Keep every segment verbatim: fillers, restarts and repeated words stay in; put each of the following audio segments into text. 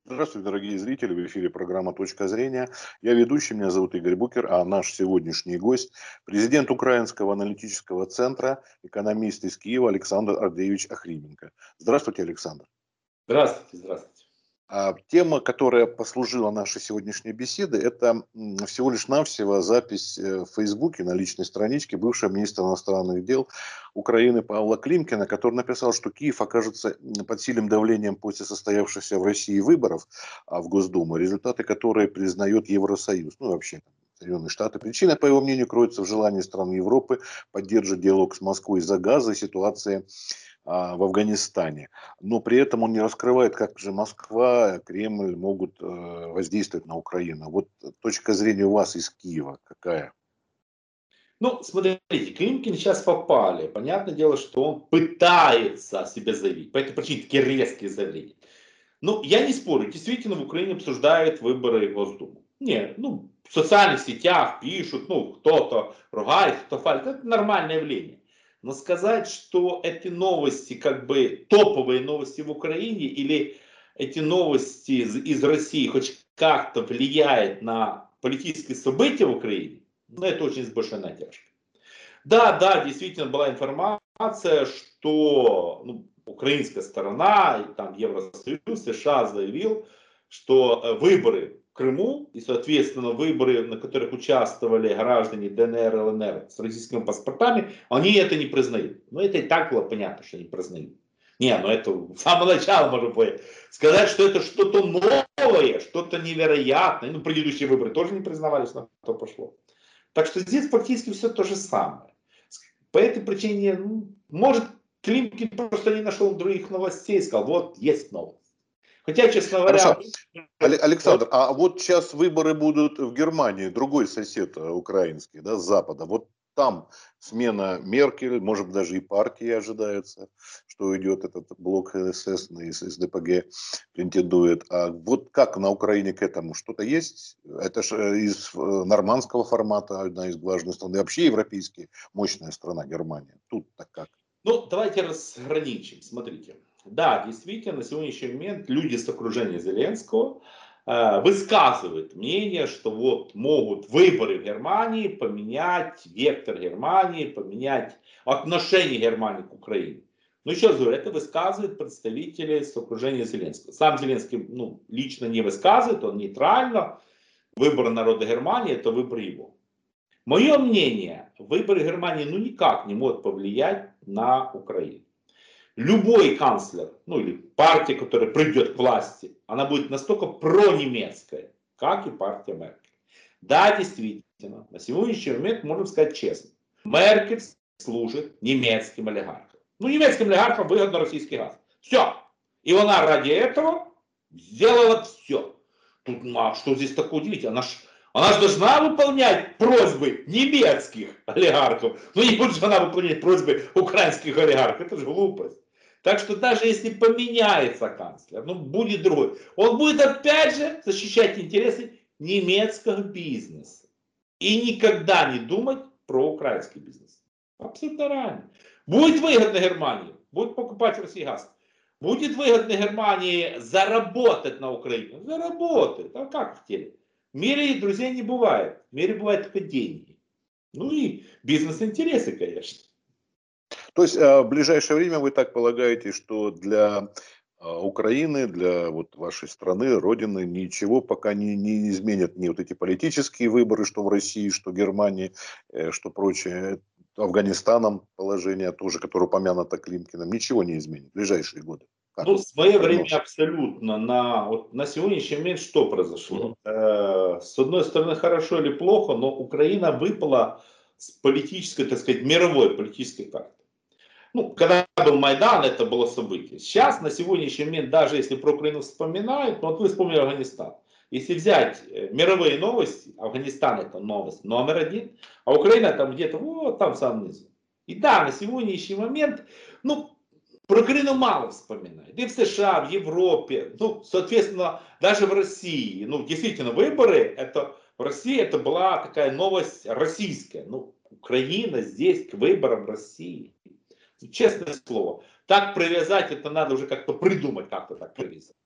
Здравствуйте, дорогие зрители! В эфире программа «Точка зрения». Я ведущий, меня зовут Игорь Букер, а наш сегодняшний гость — президент Украинского аналитического центра, экономист из Киева Александр Ардеевич Охрименко. Здравствуйте, Александр! Здравствуйте, здравствуйте. А, тема, которая послужила нашей сегодняшней беседы, это м, всего лишь навсего запись э, в Фейсбуке на личной страничке бывшего министра иностранных дел Украины Павла Климкина, который написал, что Киев окажется м, под сильным давлением после состоявшихся в России выборов а, в Госдуму, результаты которые признает Евросоюз, ну и вообще там Соединенные Штаты. Причина, по его мнению, кроется в желании стран Европы поддерживать диалог с Москвой из-за газа и ситуации а, в Афганистане. Но при этом он не раскрывает, как же Москва, Кремль могут э, воздействовать на Украину. Вот точка зрения у вас из Киева какая? Ну, смотрите, Климкин сейчас попали. Понятное дело, что он пытается о себе заявить. По этой причине такие резкие заявления. Ну, я не спорю, действительно в Украине обсуждают выборы в Госдуму. Нет, ну, в социальных сетях пишут, ну, кто-то ругает, кто хвалит. Это нормальное явление. Но сказать, что эти новости, как бы топовые новости в Украине, или эти новости из, из России хоть как-то влияет на политические события в Украине, ну, это очень с большой натяжкой. Да, да, действительно была информация, что ну, украинская сторона, и там Евросоюз, США заявил, что э, выборы в Крыму и, соответственно, выборы, на которых участвовали граждане ДНР и ЛНР с российскими паспортами, они это не признают. Ну, это и так было понятно, что не признают. Не, ну это с самого начала можно было сказать, что это что-то новое, что-то невероятное. Ну, предыдущие выборы тоже не признавались, на то пошло. Так что здесь фактически все то же самое. По этой причине, ну, может, Климкин просто не нашел других новостей и сказал, вот, есть новость. Хотя, честно говоря, Хорошо. Але- вот, Александр, а вот сейчас выборы будут в Германии, другой сосед э, украинский, да, с запада. Вот там смена Меркель, может быть, даже и партии ожидается, что идет этот блок СС из, из ДПГ претендует. А вот как на Украине к этому? Что-то есть? Это же из э, нормандского формата, одна из важных стран. И вообще европейские, мощная страна Германия. Тут-то как? ну, давайте разграничим. Смотрите. Да, действительно, на сегодняшний момент люди с окружения Зеленского э, высказывают мнение, что вот могут выборы в Германии поменять вектор Германии, поменять отношение Германии к Украине. Но еще раз говорю, это высказывают представители с окружения Зеленского. Сам Зеленский ну, лично не высказывает, он нейтрально. Выбор народа Германии — это выбор его. Мое мнение, выборы Германии ну никак не могут повлиять на Украину. Любой канцлер, ну или партия, которая придет к власти, она будет настолько пронемецкая, как и партия Меркель. Да, действительно, на сегодняшний момент можно сказать честно. Меркель служит немецким олигархам. Ну, немецким олигархам выгодно российский газ. Все. И она ради этого сделала все. Тут, ну, а что здесь такое удивительного? Она ж, она ж должна выполнять просьбы немецких олигархов. Ну, не будет же она выполнять просьбы украинских олигархов. Это же глупость. Так что даже если поменяется канцлер, ну будет другой, он будет опять же защищать интересы немецкого бизнеса. И никогда не думать про украинский бизнес. Абсолютно реально. Будет выгодно Германии, будет покупать в России газ. Будет выгодно Германии заработать на Украине. Заработает. А как хотели? В мире друзей не бывает. В мире бывают только деньги. Ну и бизнес-интересы, конечно. То есть а, в ближайшее время вы так полагаете, что для а, Украины, для вот вашей страны, Родины ничего пока не, не изменят ни вот эти политические выборы, что в России, что в Германии, э, что прочее, Афганистаном положение тоже, которое упомянуто Климкиным, ничего не изменит в ближайшие годы. Как? Ну, в свое время Прогноз. абсолютно. На, вот на сегодняшний момент что произошло? Э, с одной стороны, хорошо или плохо, но Украина выпала с политической, так сказать, мировой политической карты. Ну, когда был Майдан, это было событие. Сейчас, на сегодняшний момент, даже если про Украину вспоминают, ну вот вы вспомнили Афганистан. Если взять э, мировые новости, Афганистан — это новость номер один, а Украина там где-то вот там в самом низу. И да, на сегодняшний момент, ну, про Украину мало вспоминают. И в США, в Европе, ну, соответственно, даже в России. Ну, действительно, выборы, это в России это была такая новость российская. Ну, Украина здесь к выборам России. Честное слово. Так привязать это надо уже как-то придумать, как-то так привязать.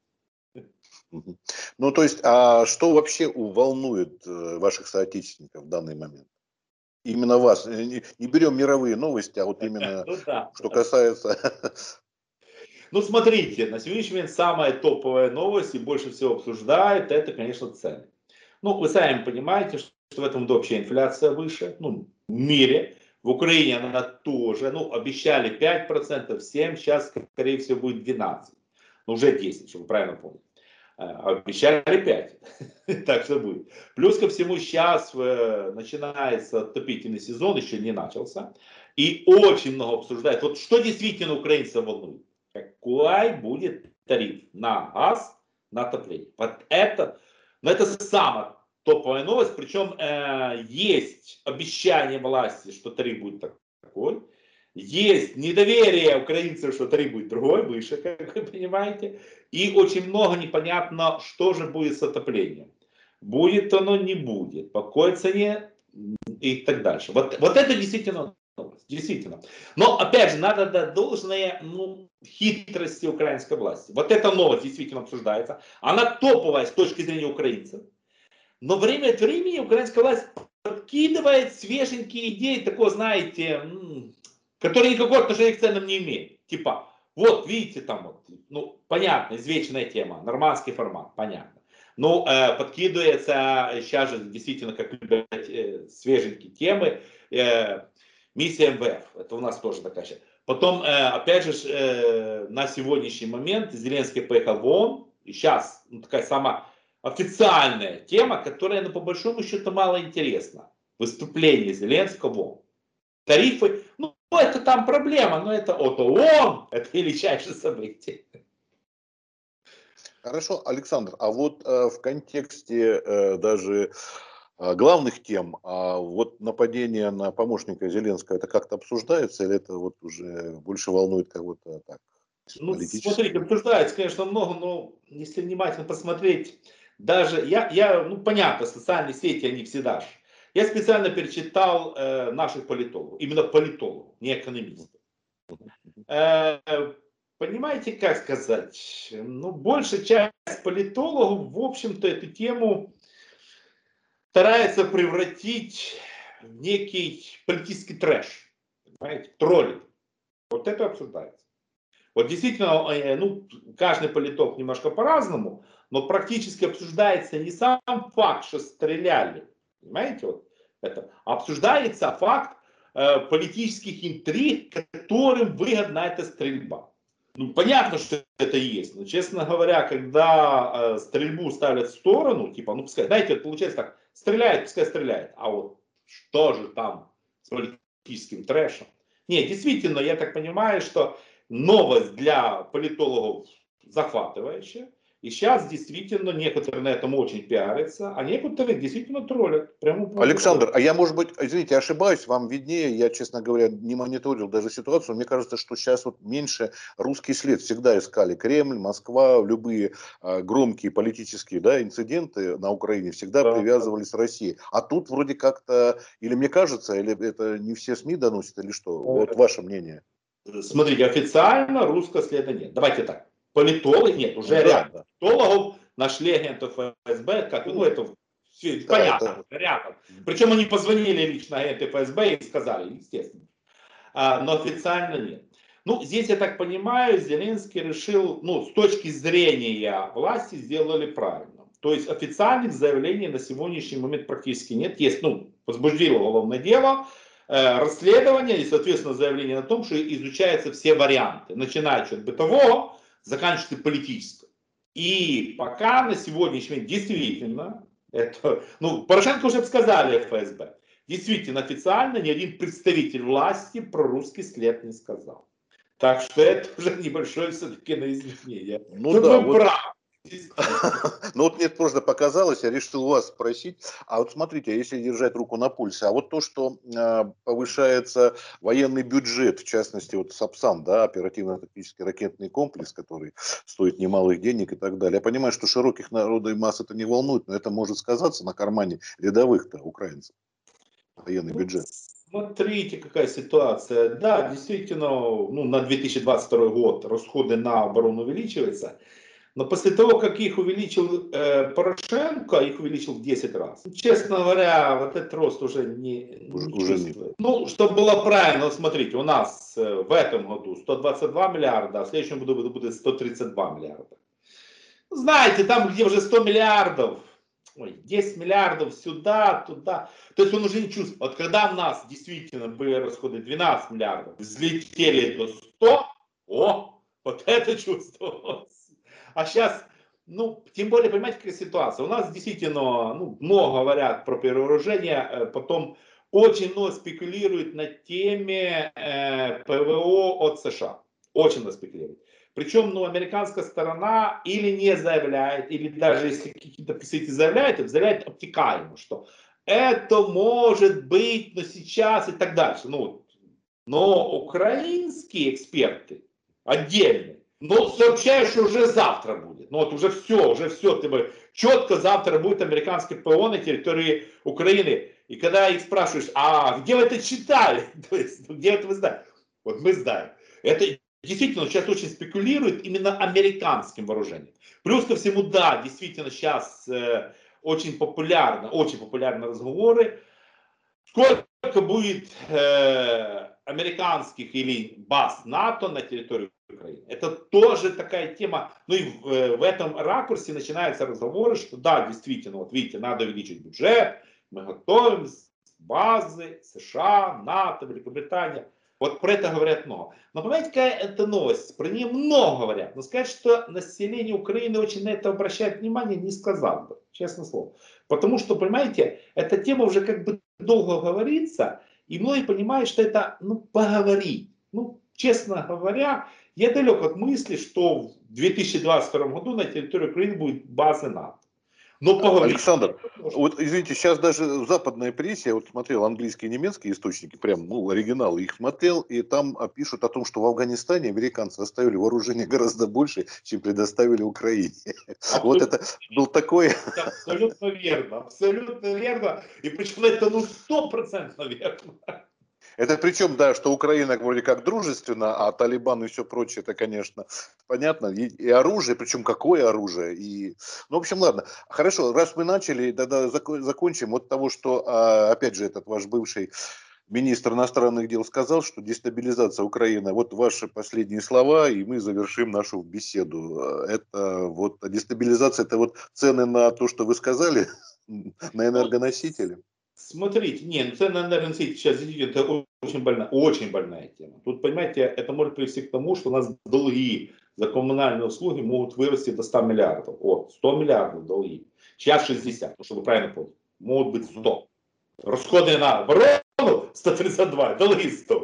Мгм. Ну, то есть, а что вообще у- волнует э, ваших соотечественников в данный момент? Именно вас. Э, Не, не берем мировые новости, а вот именно Ну да. что касается... Ну смотрите, на сегодняшний момент самая топовая новость и больше всего обсуждают, это, конечно, цены. Ну, вы сами понимаете, что в этом году вообще инфляция выше, ну, в мире. В Украине она тоже, ну, обещали пять процентов, семь, сейчас, скорее всего, будет двенадцать. Ну, уже десять, чтобы вы правильно помните. А, Обещали пять. Так что будет. Плюс ко всему сейчас э, начинается отопительный сезон, еще не начался. И очень много обсуждают. Вот что действительно украинцев волнует. Какой будет тариф на газ, на отопление. Вот это, ну, это самая топовая новость. Причем э, есть обещание власти, что тариф будет такой. Есть недоверие украинцев, что тариф будет другой, выше, как вы понимаете. И очень много непонятно, что же будет с отоплением. Будет оно, не будет. По какой цене и так дальше. Вот, вот это действительно новость. Действительно. Но, опять же, надо дать должное, ну, хитрости украинской власти. Вот эта новость действительно обсуждается. Она топовая с точки зрения украинцев. Но время от времени украинская власть подкидывает свеженькие идеи, такого, знаете, которые никакого отношения к ценам не имеют. Типа, вот, видите, там вот, ну, понятно, извечная тема, нормандский формат, понятно. Ну, э, подкидывается сейчас же действительно, как любят э, свеженькие темы, э, миссия эм вэ эф, это у нас тоже такая сейчас. Потом, э, опять же, э, на сегодняшний момент Зеленский поехал в ООН, и сейчас, ну, такая самая официальная тема, которая, ну, по большому счету, мало интересна. Выступление Зеленского в ООН. Тарифы, ну, это там проблема, но это от ООН, это величайшее событие. Хорошо, Александр, а вот э, в контексте э, даже э, главных тем, а вот нападение на помощника Зеленского, это как-то обсуждается или это вот уже больше волнует кого-то так Ну, смотрите, политически? обсуждается, конечно, много, но если внимательно посмотреть, даже я, я ну, понятно, социальные сети, они всегда же. Я специально перечитал э, наших политологов, именно политологов, не экономистов. Э, понимаете, как сказать, ну, большая часть политологов, в общем-то, эту тему старается превратить в некий политический трэш, понимаете, троллинг. Вот это обсуждается. Вот действительно, э, ну, каждый политолог немножко по-разному, но практически обсуждается не сам факт, что стреляли, понимаете, вот это, а обсуждается факт э, политических интриг, которым выгодна эта стрельба. Ну, понятно, что это есть, но, честно говоря, когда э, стрельбу ставят в сторону, типа, ну, пускай, знаете, вот получается так, стреляет, пускай стреляет, а вот что же там с политическим трэшем? Нет, действительно, я так понимаю, что новость для политологов захватывающая. И сейчас действительно некоторые на этом очень пиарятся, а некоторые действительно троллят. Прямо полную троллят. Александр, а я, может быть, извините, ошибаюсь, вам виднее, я, честно говоря, не мониторил даже ситуацию, мне кажется, что сейчас вот меньше русский след всегда искали. Кремль, Москва, любые э, громкие политические, да, инциденты на Украине всегда Да. привязывались с Россией. А тут вроде как-то, или мне кажется, или это не все СМИ доносят, или что? Вот ваше мнение. Смотрите, официально русского следа нет. Давайте так. Политологи нет, Ну уже да, ряд да. политологов нашли агентов эф эс бэ, как, ну Ну, это все да, понятно, это... рядом. Причем они позвонили лично агенту эф эс бэ и сказали, естественно. А, но официально нет. Ну, здесь, я так понимаю, Зеленский решил, ну, с точки зрения власти сделали правильно. То есть официальных заявлений на сегодняшний момент практически нет. Есть, ну, возбудило уголовное дело, э, расследование и, соответственно, заявление о том, что изучаются все варианты, начиная от бытового, заканчивая политическим. И пока на сегодняшний момент действительно, это, ну, Порошенко уже сказали эф эс бэ, действительно, официально ни один представитель власти про русский след не сказал. Так что это уже небольшое все-таки на изменение. Ну Тут да, вы вот. правы. Ну вот мне просто показалось, я решил у вас спросить. А вот смотрите, если держать руку на пульсе, а вот то, что э, повышается военный бюджет, в частности, вот САПСАН, да, оперативно-тактический ракетный комплекс, который стоит немалых денег и так далее. Я понимаю, что широких народов и масс это не волнует, но это может сказаться на кармане рядовых-то украинцев. Военный Ну, бюджет. смотрите, какая ситуация. Да, действительно, ну, на две тысячи двадцать второй год расходы на оборону увеличиваются. Но после того, как их увеличил э, Порошенко, их увеличил в десять раз. Честно говоря, вот этот рост уже не, Уже, не уже нет. чувствует. Ну, чтобы было правильно, вот смотрите, у нас э, в этом году сто двадцать два миллиарда, а в следующем году будет сто тридцать два миллиарда. Знаете, там, где уже сто миллиардов, ой, десять миллиардов сюда, туда. То есть он уже не чувствует. Вот когда у нас действительно были расходы двенадцать миллиардов, взлетели до ста, о, вот это чувствовалось. А сейчас, ну, тем более, понимаете, какая ситуация. У нас действительно, ну, много говорят про перевооружение, потом очень много спекулируют на теме э, ПВО от США. Очень много спекулируют. Причем, ну, американская сторона или не заявляет, или даже если какие-то представители заявляют, то заявляют обтекаемо, что это может быть, но сейчас и так дальше. Ну, но украинские эксперты отдельно, но сообщают, что уже завтра будет. Ну вот уже все, уже все. Ты бы, четко завтра будет американский ПВО на территории Украины. И когда их спрашиваешь, а где вы это читали? То есть, где это вы знаете? Вот мы знаем. Это действительно сейчас очень спекулирует именно американским вооружением. Плюс ко всему, да, действительно сейчас э, очень популярно, очень популярны разговоры. Сколько будет э, американских или баз НАТО на территории Украины? Это тоже такая тема. Ну и в, э, в этом ракурсе начинаются разговоры, что да, действительно, вот видите, надо увеличить бюджет, мы готовим базы США, НАТО, Великобритания. Вот про это говорят много. Но понимаете, какая это новость? Про нее много говорят. Но сказать, что население Украины очень на это обращает внимание, не сказал бы, честное слово. Потому что, понимаете, эта тема уже как бы долго говорится, и многие понимают, что это, ну, поговорить. Ну, честно говоря, я далек от мысли, что в две тысячи двадцать втором году на территории Украины будет база НАТО. Но поговорить. Александр, вот извините, сейчас даже в западной прессе, я вот смотрел английские и немецкие источники, прям, ну, оригиналы их смотрел, и там пишут о том, что в Афганистане американцы оставили вооружение гораздо больше, чем предоставили Украине. Абсолютно. Вот это был такой... Абсолютно верно, абсолютно верно, и причем это, ну, стопроцентно верно. Это причем, да, что Украина вроде как дружественна, а Талибан и все прочее, это, конечно, понятно. И, и оружие, причем какое оружие. И... Ну, в общем, ладно. Хорошо, раз мы начали, тогда закончим. Вот того, что, опять же, этот ваш бывший министр иностранных дел сказал, что дестабилизация Украины, вот ваши последние слова, и мы завершим нашу беседу. Это вот дестабилизация, это вот цены на то, что вы сказали, на энергоносители. Смотрите, не, ну цены на энергоносители сейчас действительно это очень больная, очень больная тема. Тут, понимаете, это может привести к тому, что у нас долги за коммунальные услуги могут вырасти до ста миллиардов. Вот, сто миллиардов долги. Сейчас шестьдесят, ну, чтобы правильно понял. Могут быть сто. Расходы на оборону сто тридцать два, долги сто.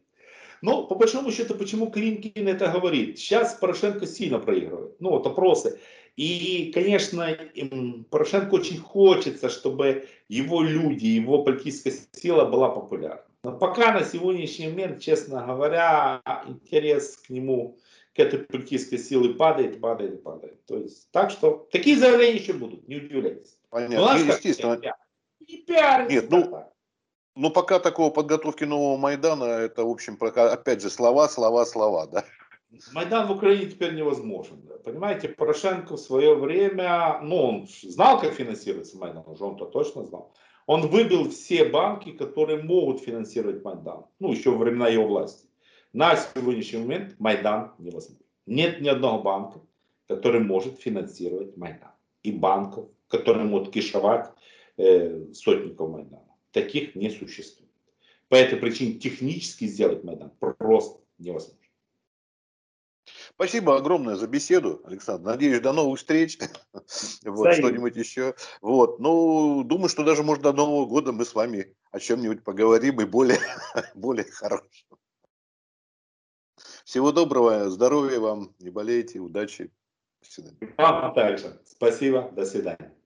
Ну, по большому счету, почему Климкин это говорит? Сейчас Порошенко сильно проигрывает. Ну, вот опросы. И, конечно, Порошенко очень хочется, чтобы его люди, его политическая сила была популярна. Но пока на сегодняшний момент, честно говоря, интерес к нему, к этой политической силе падает, падает, падает. То есть, так что такие заявления еще будут, не удивляйтесь. Понятно, ну, естественно. И пиарится. Нет, ну, ну, пока такого подготовки нового Майдана, это, в общем, пока, опять же, слова, слова, слова, да? Майдан в Украине теперь невозможен. Да. Понимаете, Порошенко в свое время, ну, он знал, как финансируется Майдан, уже он-то точно знал. Он выбил все банки, которые могут финансировать Майдан. Ну, еще во времена его власти. На сегодняшний момент Майдан невозможен. Нет ни одного банка, который может финансировать Майдан. И банков, которые могут кишевать э, сотников Майдана. Таких не существует. По этой причине технически сделать Майдан просто невозможно. Спасибо огромное за беседу, Александр. Надеюсь, до новых встреч. Вот, что-нибудь еще. Вот, ну, думаю, что даже, может, до Нового года мы с вами о чем-нибудь поговорим и более, более хорошем. Всего доброго, здоровья вам, не болейте, удачи. До свидания. Вам также. Спасибо, до свидания.